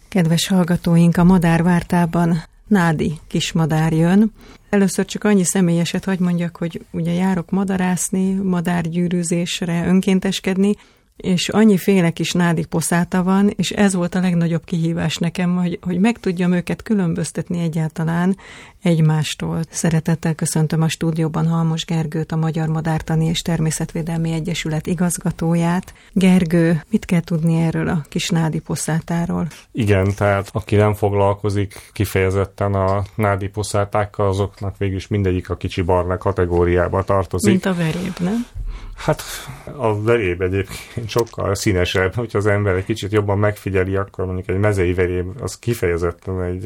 Kedves hallgatóink, a madárvártában nádi kismadár jön. Először csak annyi személyeset hagy mondjak, hogy ugye járok madarászni, madárgyűrűzésre, önkénteskedni, és annyiféle kis nádi poszáta van, és ez volt a legnagyobb kihívás nekem, hogy meg tudjam őket különböztetni egyáltalán egymástól. Szeretettel köszöntöm a stúdióban Halmos Gergőt, a Magyar Madártani és Természetvédelmi Egyesület igazgatóját. Gergő, mit kell tudni erről a kis nádi poszátáról? Igen, tehát aki nem foglalkozik kifejezetten a nádi poszátákkal, azoknak végülis mindegyik a kicsi barna kategóriába tartozik. Mint a veréb, nem? Hát a veréb egyébként sokkal színesebb, hogyha az ember egy kicsit jobban megfigyeli, akkor mondjuk egy mezei veréb, az kifejezetten egy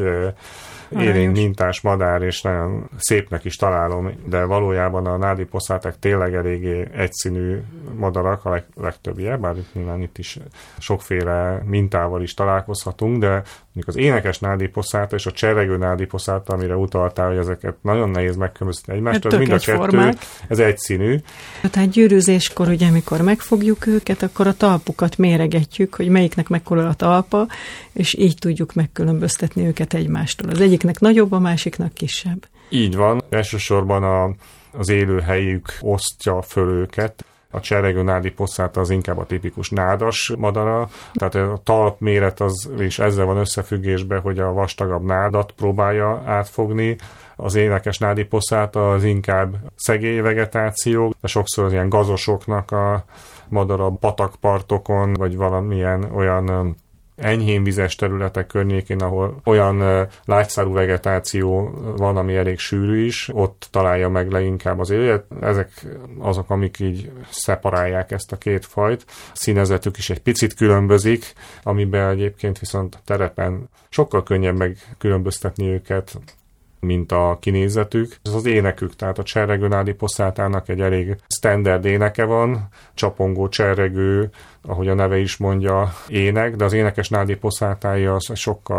élénk mintás madár, és nagyon szépnek is találom, de valójában a nádi poszáták tényleg eléggé egyszínű madarak, a legtöbbje, bár nyilván itt is sokféle mintával is találkozhatunk, de mondjuk az énekes nádi poszáta és a cserregő nádi poszáta, amire utaltál, hogy ezeket nagyon nehéz megkülönböztetni egymást, mind a kettő, ez egyszínű. Tehát gyűrűzéskor, ugye, amikor megfogjuk őket, akkor a talpukat méregetjük, hogy melyiknek mekkora a talpa, és így tudjuk megkülönböztetni őket egymástól. Az egyiknek nagyobb, a másiknak kisebb. Így van. Elsősorban az élőhelyük osztja föl őket. A cserregő nádi poszáta az inkább a tipikus nádas madara, tehát a talpméret az is ezzel van összefüggésben, hogy a vastagabb nádat próbálja átfogni. Az énekes nádi poszáta az inkább szegély vegetáció, de sokszor az ilyen gazosoknak a madara patakpartokon, vagy valamilyen olyan enyhén vizes területek környékén, ahol olyan lágyszárú vegetáció van, ami elég sűrű is, ott találja meg leginkább az élet. Ezek azok, amik így szeparálják ezt a két fajt. A színezetük is egy picit különbözik, amiben egyébként viszont terepen sokkal könnyebb megkülönböztetni őket, mint a kinézetük. Ez az énekük, tehát a cserregő nádi poszátának egy elég standard éneke van, csapongó, cserregő, ahogy a neve is mondja, ének, de az énekes nádi poszátája az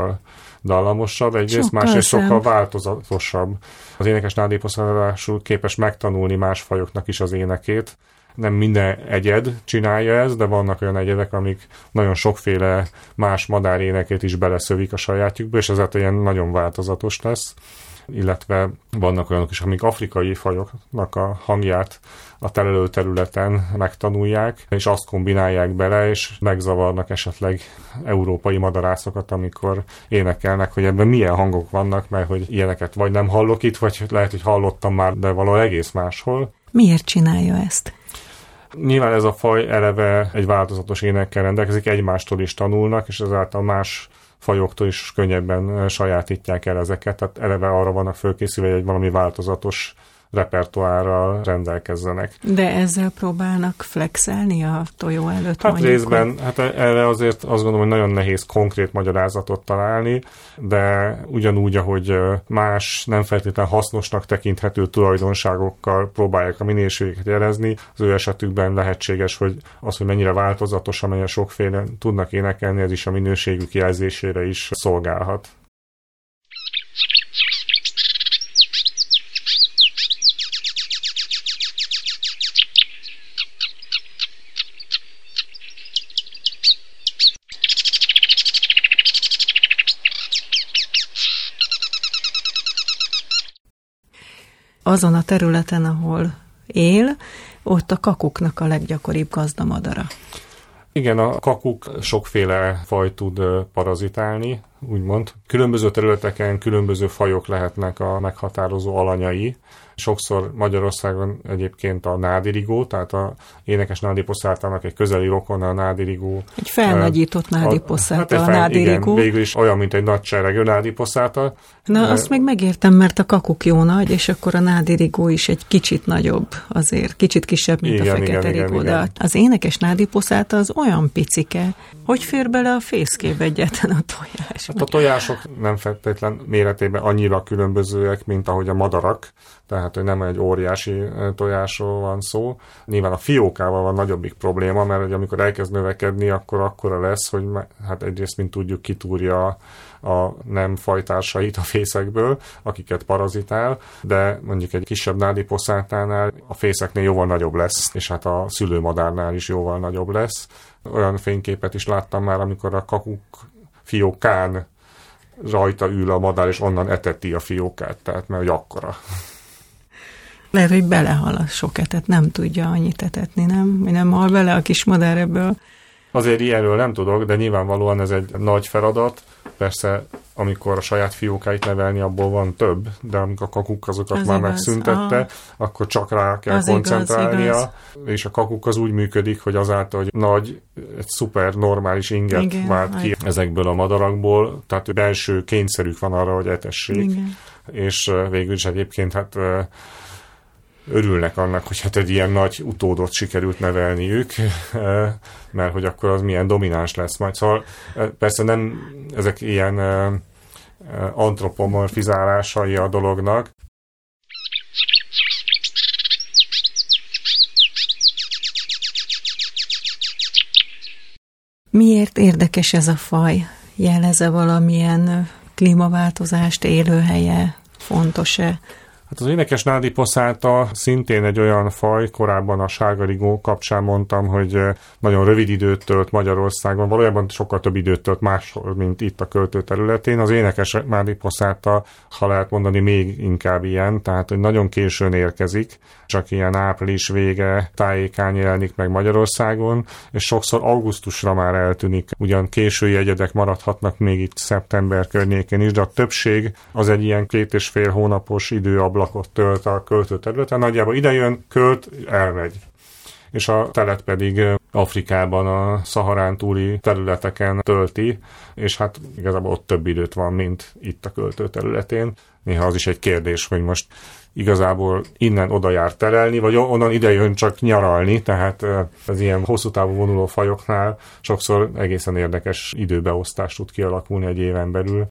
sokkal dallamosabb, másrészt sokkal változatosabb. Az énekes nádi poszátásul képes megtanulni más fajoknak is az énekét. Nem minden egyed csinálja ezt, de vannak olyan egyedek, amik nagyon sokféle más madárénekét is beleszövik a sajátjukba, és ezért ilyen nagyon változatos lesz. Illetve vannak olyanok is, amik afrikai fajoknak a hangját a telelő területen megtanulják, és azt kombinálják bele, és megzavarnak esetleg európai madarászokat, amikor énekelnek, hogy ebben milyen hangok vannak, mert hogy ilyeneket vagy nem hallok itt, vagy lehet, hogy hallottam már, de valahol egész máshol. Miért csinálja ezt? Nyilván ez a faj eleve egy változatos énekkel rendelkezik, egymástól is tanulnak, és ezáltal más fajoktól is könnyebben sajátítják el ezeket, tehát eleve arra vannak fölkészülve, hogy egy valami változatos repertoárral rendelkezzenek. De ezzel próbálnak flexelni a tojó előtt? Hát részben, erre azért azt gondolom, hogy nagyon nehéz konkrét magyarázatot találni, de ugyanúgy, ahogy más nem feltétlenül hasznosnak tekinthető tulajdonságokkal próbálják a minőségeket jelezni, az ő esetükben lehetséges, hogy az, hogy mennyire változatos, amennyire sokféle tudnak énekelni, ez is a minőségük jelzésére is szolgálhat. Azon a területen, ahol él, ott a kakuknak a leggyakoribb gazdamadara. Igen, a kakuk sokféle faj tud parazitálni, úgymond. Különböző területeken különböző fajok lehetnek a meghatározó alanyai. Sokszor Magyarországon egyébként a nádirigó, tehát a énekes nádi poszátának egy közeli rokona a nádirigó. Egy felnagyított nádi poszáta a nádirigó. Igen, végül is olyan, mint egy nagy cserregő nádi poszáta. Na, azt még megértem, mert a kakuk jó nagy, és akkor a nádirigó is egy kicsit nagyobb azért, kicsit kisebb, mint a fekete rigó. De az énekes nádi poszáta az olyan picike, hogy fér bele a fészkébe egyáltalán a tojás. Hát a tojások nem feltétlen méretében annyira különbözőek, mint ahogy a madarak, tehát hogy nem egy óriási tojásról van szó. Nyilván a fiókával van nagyobbik probléma, mert hogy amikor elkezd növekedni, akkor akkora lesz, hogy hát egyrészt, mint tudjuk, kitúrja a nem fajtársait a fészekből, akiket parazitál, de mondjuk egy kisebb nádi poszátánál a fészeknél jóval nagyobb lesz, és hát a szülőmadárnál is jóval nagyobb lesz. Olyan fényképet is láttam már, amikor a kakuk fiókán rajta ül a madár, és onnan eteti a fiókát, tehát mert hogy akkora. Lehet, hogy belehal a sok etet, nem tudja annyit etetni, nem? Mi nem hal bele a kis madár ebből? Azért ilyenről nem tudok, de nyilvánvalóan ez egy nagy feladat. Persze, amikor a saját fiókáit nevelni, abból van több, de amikor a kakuk azokat az már igaz. Megszüntette, akkor csak rá kell az koncentrálnia, igaz. És a kakuk az úgy működik, hogy azáltal, hogy nagy, egy szuper normális inget vált ki ezekből a madarakból, tehát belső kényszerük van arra, hogy etessék. Igen. És végül is egyébként hát örülnek annak, hogy hát egy ilyen nagy utódot sikerült nevelniük, mert hogy akkor az milyen domináns lesz majd. Szóval persze nem ezek ilyen antropomorfizálásai a dolognak. Miért érdekes ez a faj? Jelez-e valamilyen klímaváltozást, élőhelye? Fontos-e? Hát az énekes nádi poszáta szintén egy olyan faj, korábban a sárgarigó kapcsán mondtam, hogy nagyon rövid időt tölt Magyarországon, valójában sokkal több időt tölt máshol, mint itt a költő területén. Az énekes nádi poszáta, ha lehet mondani, még inkább ilyen, tehát hogy nagyon későn érkezik, csak ilyen április vége tájékán jelenik meg Magyarországon, és sokszor augusztusra már eltűnik. Ugyan késői egyedek maradhatnak még itt szeptember környékén is, de a többség az egy ilyen 2,5 hónapos időablakot tölt a költő területen. Nagyjából idejön, költ, elmegy. És a telet pedig Afrikában, a Szaharán túli területeken tölti, és hát igazából ott több időt van, mint itt a költő területén. Néha az is egy kérdés, hogy most igazából innen oda jár terelni, vagy onnan ide jön csak nyaralni, tehát az ilyen hosszú távú vonuló fajoknál sokszor egészen érdekes időbeosztás tud kialakulni egy éven belül.